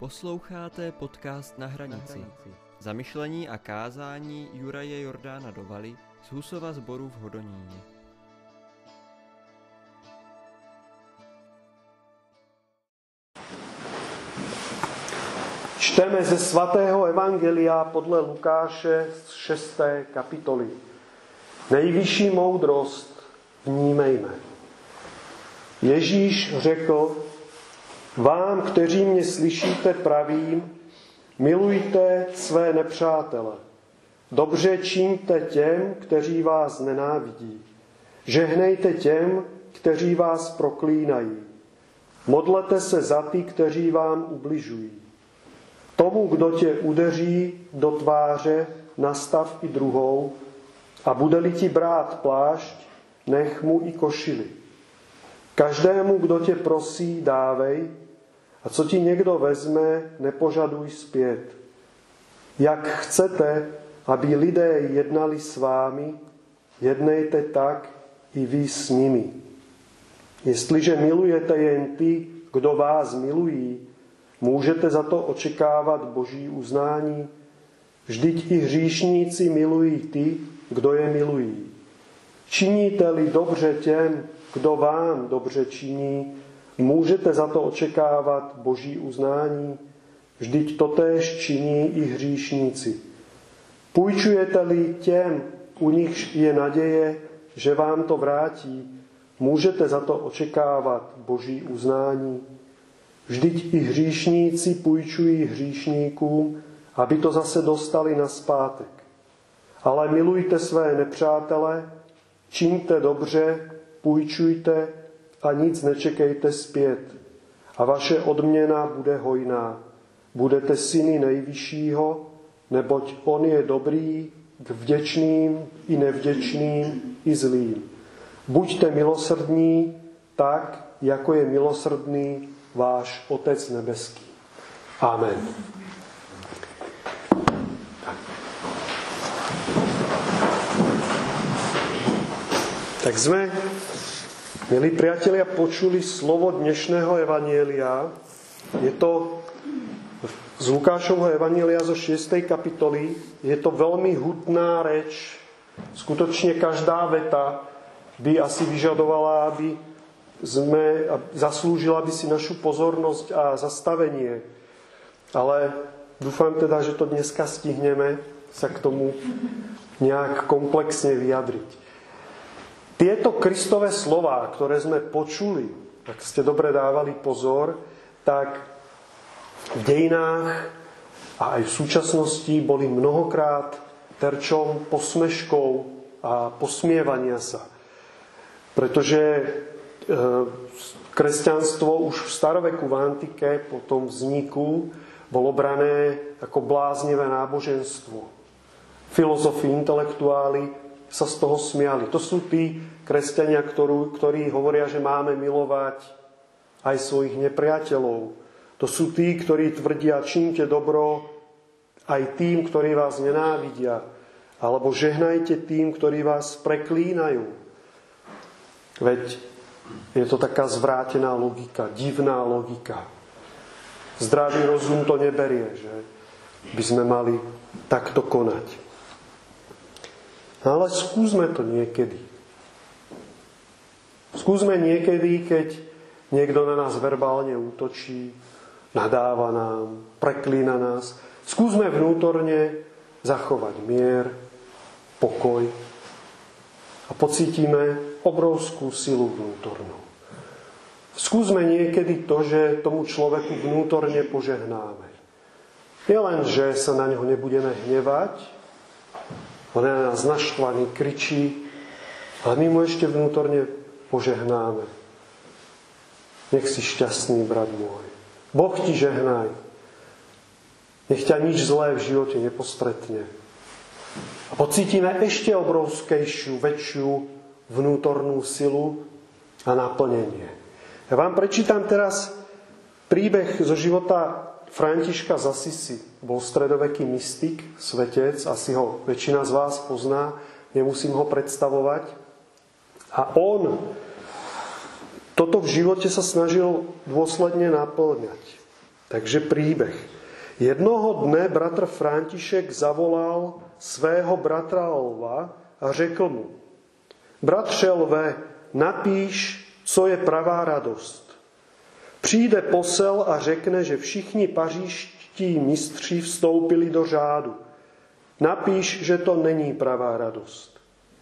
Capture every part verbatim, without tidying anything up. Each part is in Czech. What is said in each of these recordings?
Posloucháte podcast Na hranici. Zamyšlení a kázání Juraje Jordána Dovaly z Husova sboru v Hodoníně. Čteme ze svatého evangelia podle Lukáše z šesté kapitoly. Nejvyšší moudrost vnímejme. Ježíš řekl: Vám, kteří mě slyšíte, pravím, milujte své nepřátele. Dobře čiňte těm, kteří vás nenávidí. Žehnejte těm, kteří vás proklínají. Modlete se za ty, kteří vám ubližují. Tomu, kdo tě udeří do tváře, nastav i druhou, a bude-li ti brát plášť, nech mu i košili. Každému, kdo tě prosí, dávej, a co ti někdo vezme, nepožaduj zpět. Jak chcete, aby lidé jednali s vámi, jednejte tak i vy s nimi. Jestliže milujete jen ty, kdo vás milují, můžete za to očekávat boží uznání? Vždyť i hříšníci milují ty, kdo je milují. Činíte-li dobře těm, kdo vám dobře činí, můžete za to očekávat boží uznání? Vždyť totéž činí i hříšníci. Půjčujete-li těm, u nichž je naděje, že vám to vrátí, můžete za to očekávat boží uznání? Vždyť i hříšníci půjčují hříšníkům, aby to zase dostali nazpátek. Ale milujte své nepřátele, čiňte dobře, půjčujte a nic nečekejte zpět. A vaše odměna bude hojná. Budete syny nejvyššího, neboť on je dobrý k vděčným i nevděčným i zlým. Buďte milosrdní tak, jako je milosrdný váš Otec nebeský. Amen. Tak sme, milí priatelia, počuli slovo dnešného evanjelia. Je to z Lukášovho evanjelia zo šiestej kapitoly. Je to veľmi hutná reč. Skutočne každá veta by asi vyžadovala, aby sme, zaslúžila by si našu pozornosť a zastavenie. Ale dúfam teda, že to dneska stihneme sa k tomu nejak komplexne vyjadriť. Tieto Kristové slová, ktoré sme počuli, ak ste dobre dávali pozor, tak v dejinách a aj v súčasnosti boli mnohokrát terčom posmeškov a posmievania sa. Pretože kresťanstvo už v staroveku v antike po tom vzniku bolo brané ako bláznivé náboženstvo. Filozofi, intelektuáli sa z toho smiali. To sú tí kresťania, ktorú, ktorí hovoria, že máme milovať aj svojich nepriateľov. To sú tí, ktorí tvrdia, čínte dobro aj tým, ktorí vás nenávidia. Alebo žehnajte tým, ktorí vás preklínajú. Veď je to taká zvrátená logika, divná logika. Zdravý rozum to neberie, že by sme mali takto konať. Ale skúsme to niekedy. Skúsme niekedy, keď niekto na nás verbálne útočí, nadáva nám, preklína nás. Skúsme vnútorne zachovať mier, pokoj a pocítime obrovskú silu vnútornú. Skúsme niekedy to, že tomu človeku vnútorne požehnáme. Nie len, že sa na ňo nebudeme hnevať, on je na nás naštvaný, kričí, ale my mu ešte vnútorne požehnáme. Nech si šťastný, brat môj. Boh ti žehnaj. Nech ťa nič zlé v živote nepostretne. A pocítime ešte obrovskejšiu, väčšiu vnútornú silu a naplnenie. Ja vám prečítam teraz príbeh zo života Františka z Assisi. Bol stredoveký mystik, svetec, asi ho väčšina z vás pozná, nemusím ho predstavovať. A on toto v živote sa snažil dôsledne naplňať. Takže príbeh. Jednoho dne bratr František zavolal svého bratra Lva a řekl mu: Bratře Lve, napíš, co je pravá radost. Přijde posel a řekne, že všichni pařížští mistři vstoupili do řádu. Napíš, že to není pravá radost.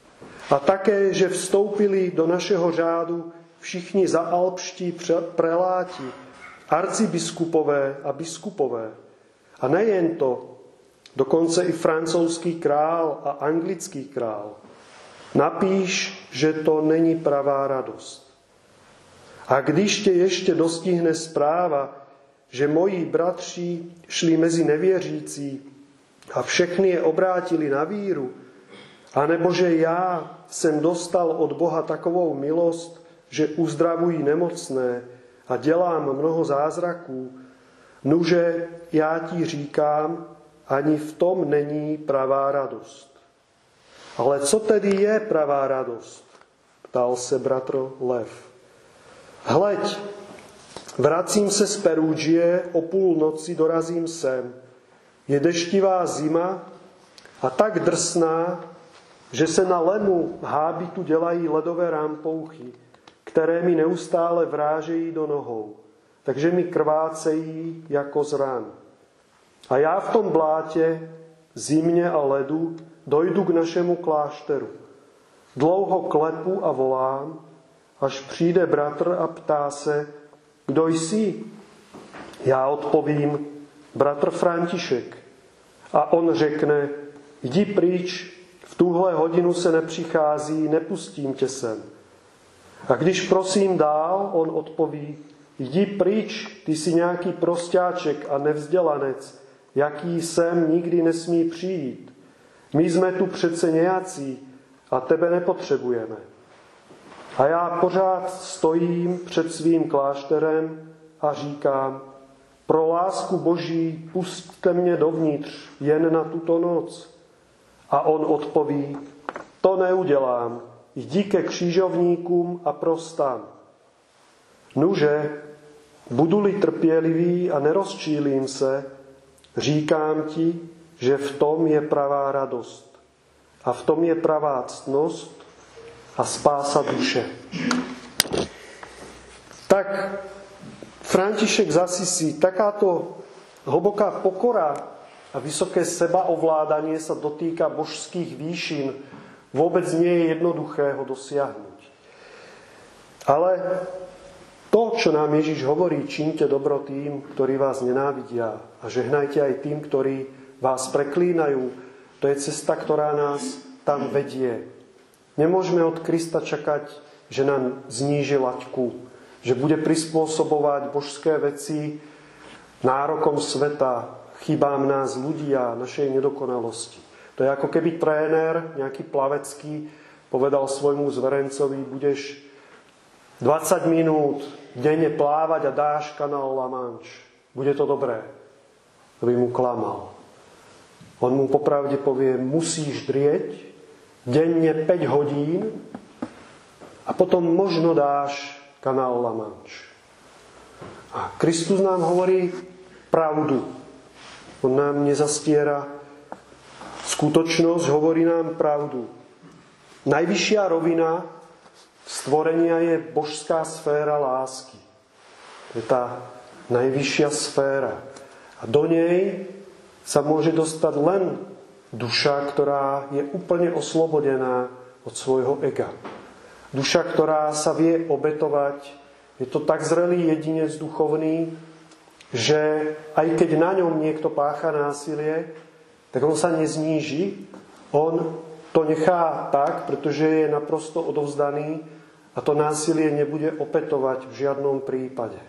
A také, že vstoupili do našeho řádu všichni zaalpští preláti, arcibiskupové a biskupové. A nejen to, dokonce i francouzský král a anglický král. Napíš, že to není pravá radost. A když tě ještě dostihne zpráva, že moji bratři šli mezi nevěřící a všechny je obrátili na víru, anebo že já jsem dostal od Boha takovou milost, že uzdravují nemocné a dělám mnoho zázraků, nuže já ti říkám, ani v tom není pravá radost. Ale co tedy je pravá radost? Ptal se bratr Lev. Hleď, vracím se z Perudžie, o půlnoci dorazím sem. Je deštivá zima a tak drsná, že se na lemu hábitu dělají ledové rámpouchy, které mi neustále vrážejí do nohou, takže mi krvácejí jako z ran. A já v tom blátě, zimě a ledu dojdu k našemu klášteru. Dlouho klepu a volám, až přijde bratr a ptá se, kdo jsi? Já odpovím, bratr František. A on řekne, jdi pryč, v tuhle hodinu se nepřichází, nepustím tě sem. A když prosím dál, on odpoví, jdi pryč, ty jsi nějaký prostáček a nevzdělanec, jaký sem nikdy nesmí přijít. My jsme tu přece nějací a tebe nepotřebujeme. A já pořád stojím před svým klášterem a říkám, pro lásku Boží pusťte mě dovnitř jen na tuto noc. A on odpoví, to neudělám, jdi ke křižovníkům a prostan. Nuže, budu-li trpělivý a nerozčílím se, říkám ti, že v tom je pravá radost. A v tom je pravá ctnost a spása duše. Tak František z Asisi, takáto hlboká pokora a vysoké sebaovládanie sa dotýka božských výšin, vôbec nie je jednoduché ho dosiahnuť. Ale to, čo nám Ježiš hovorí, čínte dobro tým, ktorí vás nenávidia a žehnajte aj tým, ktorí vás preklínajú, to je cesta, ktorá nás tam vedie. Nemôžeme od Krista čakať, že nám zníži laťku, že bude prispôsobovať božské veci nárokom sveta, chybám nás ľudí a našej nedokonalosti. To je ako keby tréner, nejaký plavecký, povedal svojmu zverencovi, budeš dvadsať minút denne plávať a dáš kanál La Manche. Bude to dobré. To by mu klamal. On mu popravde povie, musíš drieť denne päť hodín a potom možno dáš kanál La Manche. A Kristus nám hovorí pravdu. On nám nezastiera skutočnosť, hovorí nám pravdu. Najvyššia rovina stvorenia je božská sféra lásky. To je tá najvyššia sféra. A do nej sa môže dostať len duša, ktorá je úplne oslobodená od svojho ega. Duša, ktorá sa vie obetovať. Je to tak zrelý jedinec duchovný, že aj keď na ňom niekto pácha násilie, tak on sa nezníži, on to nechá tak, pretože je naprosto odovzdaný a to násilie nebude opätovať v žiadnom prípade. E,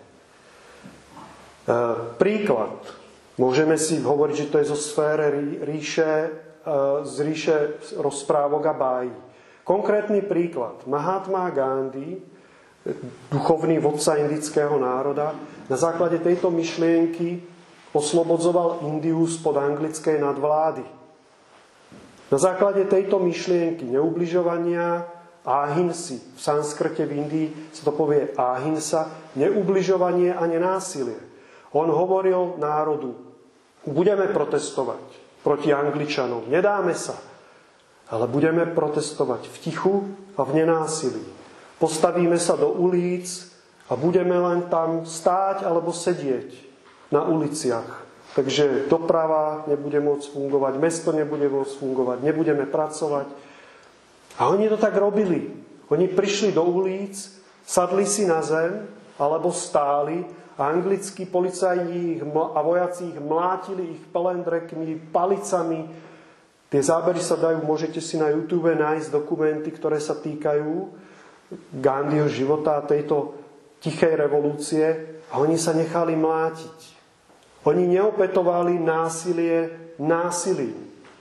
príklad. Môžeme si hovoriť, že to je zo sféry ríše, e, z ríše rozprávok a bájí. Konkrétny príklad. Mahatma Gandhi, duchovný vodca indického národa, na základe tejto myšlienky oslobodzoval Indiu spod anglickej nadvlády. Na základe tejto myšlienky neubližovania áhinsy, v sanskrte v Indii sa to povie áhinsa, neubližovanie a nenásilie. On hovoril národu, budeme protestovať proti Angličanom, nedáme sa, ale budeme protestovať v tichu a v nenásilí. Postavíme sa do ulic a budeme len tam stáť alebo sedieť na uliciach. Takže doprava nebude môcť fungovať, mesto nebude môcť fungovať, nebudeme pracovať. A oni to tak robili. Oni prišli do ulic, sadli si na zem alebo stáli a anglickí policajti a vojaci ich mlátili ich pelendrekmi, palicami. Tie zábery sa dajú, môžete si na YouTube nájsť dokumenty, ktoré sa týkajú Gandhiho života a tejto tichej revolúcie a oni sa nechali mlátiť. Oni neopätovali násilie násilím.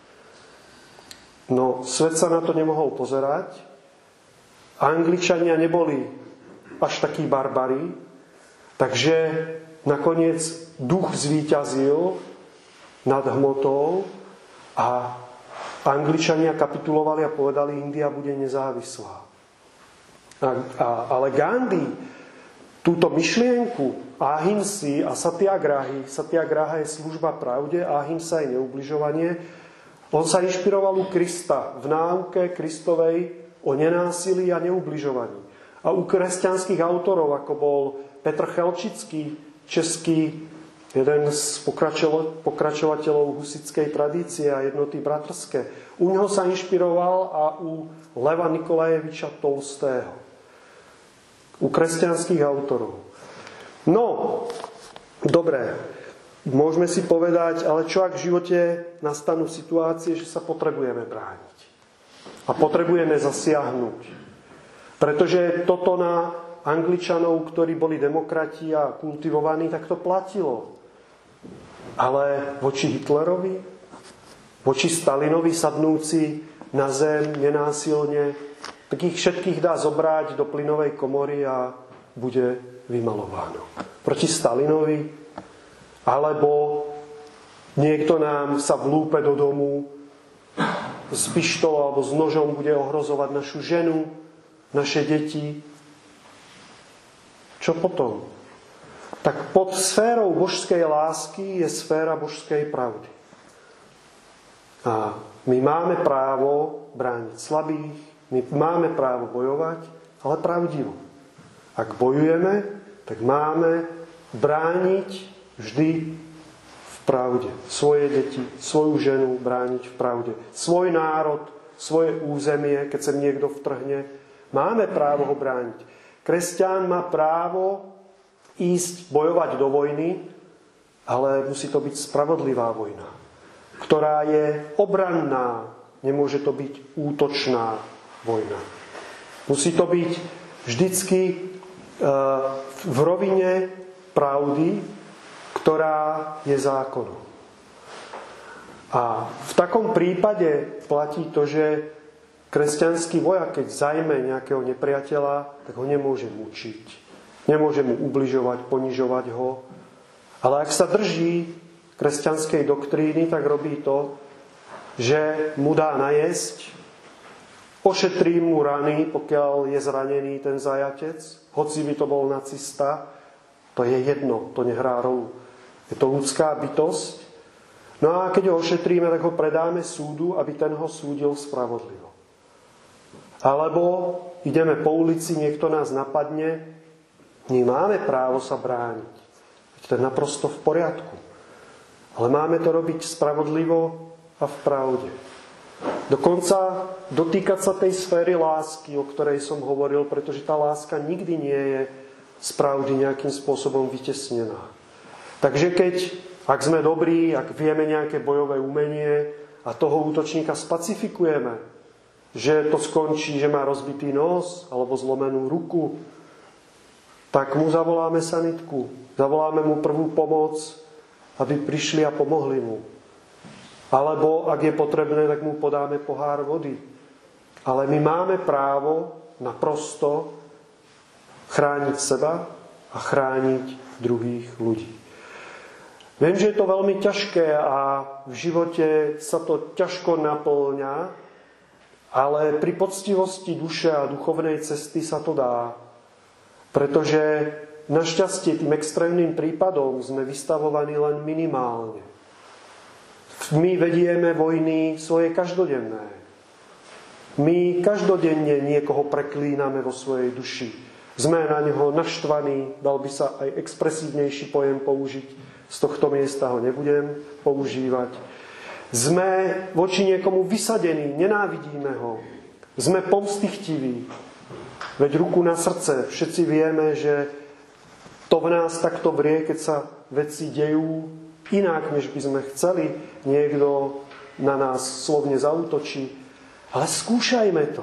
No, svet sa na to nemohol pozerať. Angličania neboli až takí barbari, takže nakoniec duch zvíťazil nad hmotou a Angličania kapitulovali a povedali, India bude nezávislá. A, a, ale Gandhi túto myšlienku ahimsy a satyagrahy, satyagraha je služba pravde, ahimsa je neubližovanie, on sa inšpiroval u Krista v náuke Kristovej o nenásilí a neubližovaní. A u kresťanských autorov, ako bol Petr Chelčický, český, jeden z pokračovateľov husitskej tradície a jednoty bratrské. U neho sa inšpiroval a u Leva Nikolajeviča Tolstého. U kresťanských autorov. No, dobré. Môžeme si povedať, ale čo ak v živote nastanú situácie, že sa potrebujeme brániť. A potrebujeme zasiahnuť. Pretože toto na Angličanov, ktorí boli demokrati a kultivovaní, tak to platilo. Ale voči Hitlerovi, voči Stalinovi sadnúci na zem nenásilne, tak ich všetkých dá zobrať do plynovej komory a bude vymalováno. Proti Stalinovi, alebo niekto nám sa vlúpe do domu s pištolou alebo s nožom bude ohrozovať našu ženu, naše deti. Čo potom? Tak pod sférou božskej lásky je sféra božskej pravdy. A my máme právo brániť slabých, my máme právo bojovať, ale pravdivo. Ak bojujeme, tak máme brániť vždy v pravde. Svoje deti, svoju ženu brániť v pravde. Svoj národ, svoje územie, keď sa niekto vtrhne, máme právo ho brániť. Kresťan má právo ísť bojovať do vojny, ale musí to byť spravodlivá vojna, ktorá je obranná, nemôže to byť útočná vojna. Musí to byť vždycky v rovine pravdy, ktorá je zákonom. A v takom prípade platí to, že kresťanský vojak, keď zajme nejakého nepriateľa, tak ho nemôže mučiť. Nemôže mu ubližovať, ponižovať ho. Ale ak sa drží kresťanskej doktríny, tak robí to, že mu dá najesť, ošetrí mu rany, pokiaľ je zranený ten zajatec, hoci by to bol nacista, to je jedno, to nehrá rolu. Je to ľudská bytosť. No a keď ho ošetríme, tak ho predáme súdu, aby ten ho súdil spravodlivo. Alebo ideme po ulici, niekto nás napadne, my máme právo sa brániť. To je naprosto v poriadku. Ale máme to robiť spravodlivo a v pravde. Dokonca dotýkať sa tej sféry lásky, o ktorej som hovoril, pretože tá láska nikdy nie je z pravdy nejakým spôsobom vytesnená. Takže keď, ak sme dobrí, ak vieme nejaké bojové umenie a toho útočníka spacifikujeme, že to skončí, že má rozbitý nos alebo zlomenú ruku, tak mu zavoláme sanitku, zavoláme mu prvú pomoc, aby prišli a pomohli mu. Alebo, ak je potrebné, tak mu podáme pohár vody. Ale my máme právo naprosto chrániť seba a chrániť druhých ľudí. Viem, že je to veľmi ťažké a v živote sa to ťažko naplňa, ale pri poctivosti duše a duchovnej cesty sa to dá. Pretože našťastie tým extrémnym prípadom sme vystavovaní len minimálne. My vedieme vojny svoje každodenné. My každodenne niekoho preklíname vo svojej duši. Sme na neho naštvaní, dal by sa aj expresívnejší pojem použiť. Z tohto miesta ho nebudem používať. Sme voči niekomu vysadení, nenávidíme ho. Sme pomstychtiví. Veď ruku na srdce, všetci vieme, že to v nás takto vrie, keď sa veci dejú inak, než by sme chceli. Niekto na nás slovne zaútočí. Ale skúšajme to.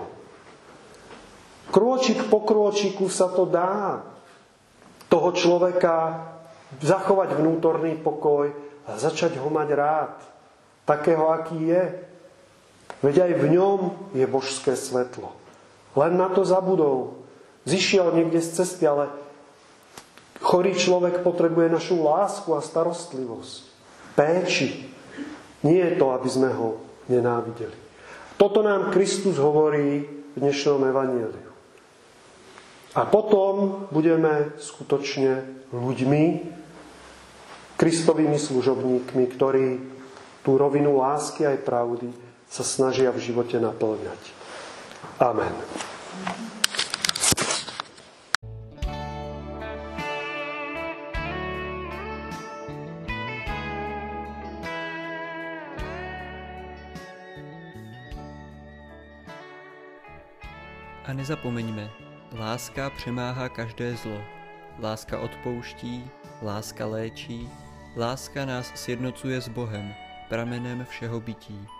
Krôčik po krôčiku sa to dá. Toho človeka zachovať vnútorný pokoj a začať ho mať rád. Takého, aký je. Veď aj v ňom je božské svetlo. Len na to zabudol. Zišiel niekde z cesty, ale chorý človek potrebuje našu lásku a starostlivosť. Péči. Nie je to, aby sme ho nenávideli. Toto nám Kristus hovorí v dnešnom evanjeliu. A potom budeme skutočne ľuďmi, Kristovými služobníkmi, ktorí tú rovinu lásky aj pravdy sa snažia v živote naplňať. Amen. A nezapomeňme, láska přemáhá každé zlo. Láska odpouští, láska léčí, láska nás sjednocuje s Bohem, pramenem všeho bytí.